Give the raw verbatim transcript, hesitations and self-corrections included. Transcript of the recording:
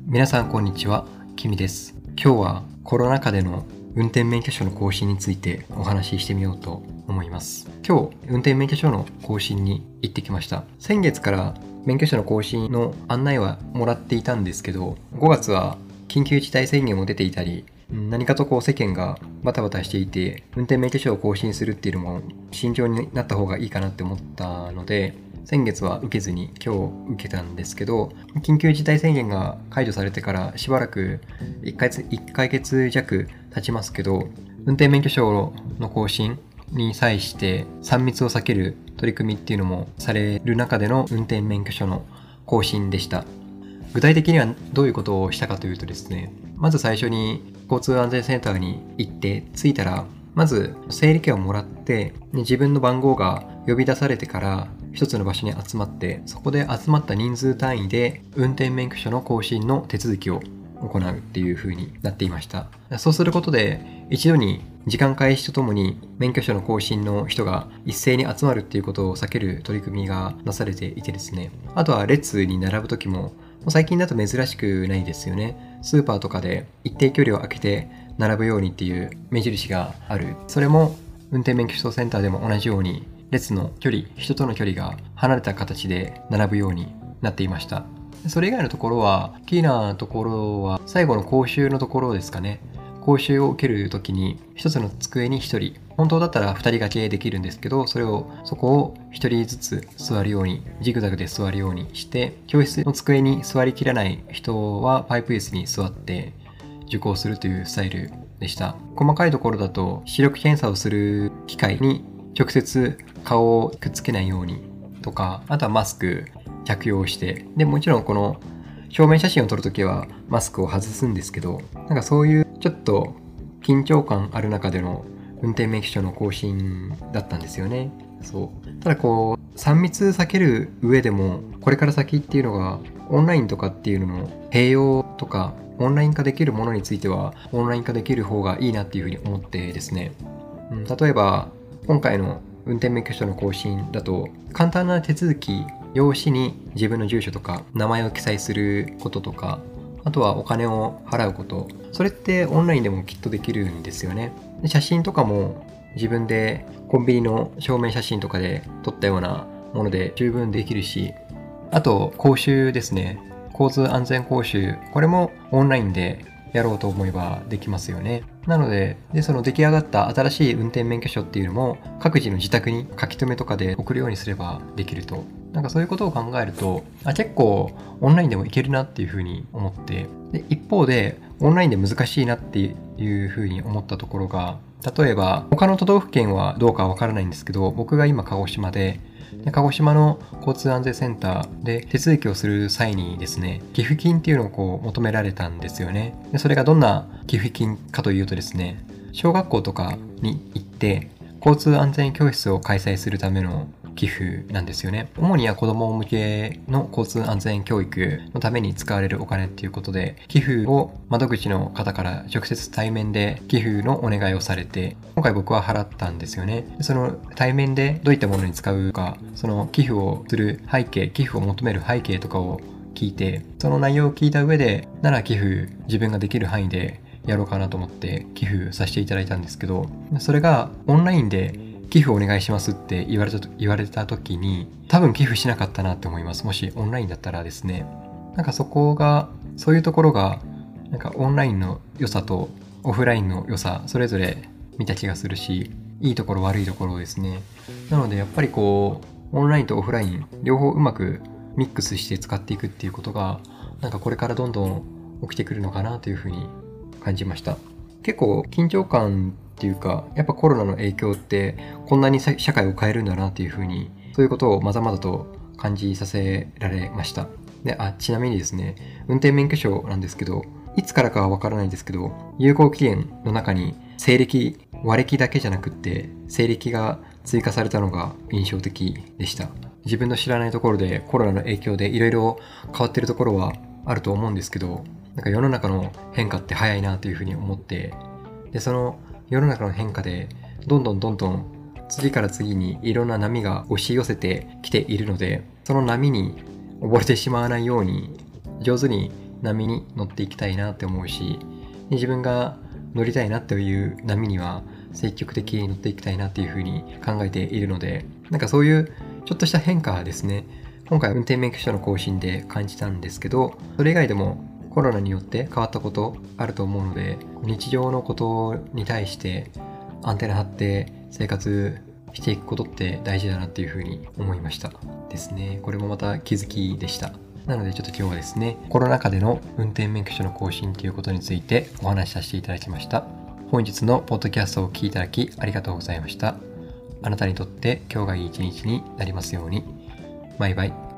皆さんこんにちは、キミです。今日はコロナ禍での運転免許証の更新についてお話ししてみようと思います。今日、運転免許証の更新に行ってきました。先月から免許証の更新の案内はもらっていたんですけど、ごがつは緊急事態宣言も出ていたり、何かとこう世間がバタバタしていて、運転免許証を更新するっていうのも慎重になった方がいいかなって思ったので、先月は受けずに今日受けたんですけど、緊急事態宣言が解除されてからしばらくいっかげつ弱経ちますけど、運転免許証の更新に際してさん密を避ける取り組みっていうのもされる中での運転免許証の更新でした。具体的にはどういうことをしたかというとですね、まず最初に交通安全センターに行って着いたら、まず整理券をもらって、自分の番号が呼び出されてから一つの場所に集まって、そこで集まった人数単位で運転免許証の更新の手続きを行うっていう風になっていました。そうすることで一度に時間開始とともに免許証の更新の人が一斉に集まるっていうことを避ける取り組みがなされていてですね、あとは列に並ぶ時も最近だと珍しくないですよね。スーパーとかで一定距離を空けて並ぶようにっていう目印がある。それも運転免許証センターでも同じように列の距離、人との距離が離れた形で並ぶようになっていました。それ以外のところは、キーなところは最後の講習のところですかね。講習を受けるときに一つの机に一人、本当だったら二人掛けできるんですけど、それをそこを一人ずつ座るように、ジグザグで座るようにして、教室の机に座りきらない人はパイプ椅子に座って受講するというスタイルでした。細かいところだと視力検査をする機械に直接顔をくっつけないようにとか、あとはマスク着用して、でもちろんこの正面写真を撮るときはマスクを外すんですけど、なんかそういうちょっと緊張感ある中での運転免許証の更新だったんですよね。そう。ただこうさん密避ける上でも、これから先っていうのがオンラインとかっていうのの併用とかオンライン化できるものについてはオンライン化できる方がいいなっていうふうに思ってですね、うん、例えば今回の運転免許証の更新だと簡単な手続き、用紙に自分の住所とか名前を記載することとか、あとはお金を払うこと、それってオンラインでもきっとできるんですよね。で写真とかも自分でコンビニの証明写真とかで撮ったようなもので十分できるし、あと講習ですね、交通安全講習、これもオンラインでやろうと思えばできますよね。なので、でその出来上がった新しい運転免許証っていうのも各自の自宅に書き留めとかで送るようにすればできると。なんかそういうことを考えると、あ、結構オンラインでもいけるなっていうふうに思って、で一方でオンラインで難しいなっていうふうに思ったところが、例えば他の都道府県はどうかわからないんですけど、僕が今鹿児島で、で鹿児島の交通安全センターで手続きをする際にですね、寄付金っていうのをこう求められたんですよね。でそれがどんな寄付金かというとですね、小学校とかに行って交通安全教室を開催するための寄付なんですよね。主には子ども向けの交通安全教育のために使われるお金っていうことで、寄付を窓口の方から直接対面で寄付のお願いをされて、今回僕は払ったんですよね。その対面でどういったものに使うか、その寄付をする背景、寄付を求める背景とかを聞いて、その内容を聞いた上で、なら寄付自分ができる範囲でやろうかなと思って寄付させていただいたんですけど、それがオンラインで寄付お願いしますって言われた言われた時に、多分寄付しなかったなって思います。もしオンラインだったらですね。なんかそこが、そういうところがなんかオンラインの良さとオフラインの良さ、それぞれ見た気がするし、いいところ悪いところですね。なのでやっぱりこうオンラインとオフライン両方うまくミックスして使っていくっていうことが、なんかこれからどんどん起きてくるのかなというふうに感じました。結構緊張感っていうか、やっぱコロナの影響ってこんなに社会を変えるんだなっていうふうに、そういうことをまざまざと感じさせられました。で、あ、ちなみにですね、運転免許証なんですけど、いつからかはわからないんですけど、有効期限の中に西暦、和暦だけじゃなくって西暦が追加されたのが印象的でした。自分の知らないところでコロナの影響でいろいろ変わってるところはあると思うんですけど、なんか世の中の変化って早いなというふうに思って、でその世の中の変化でどんどんどんどん次から次にいろんな波が押し寄せてきているので、その波に溺れてしまわないように上手に波に乗っていきたいなって思うし、自分が乗りたいなっていう波には積極的に乗っていきたいなっていうふうに考えているので、なんかそういうちょっとした変化ですね、今回運転免許証の更新で感じたんですけど、それ以外でもコロナによって変わったことあると思うので、日常のことに対してアンテナ張って生活していくことって大事だなっていうふうに思いましたですね。これもまた気づきでした。なのでちょっと今日はですね、コロナ禍での運転免許証の更新ということについてお話しさせていただきました。本日のポッドキャストを聞いていただきありがとうございました。あなたにとって今日がいい一日になりますように。バイバイ。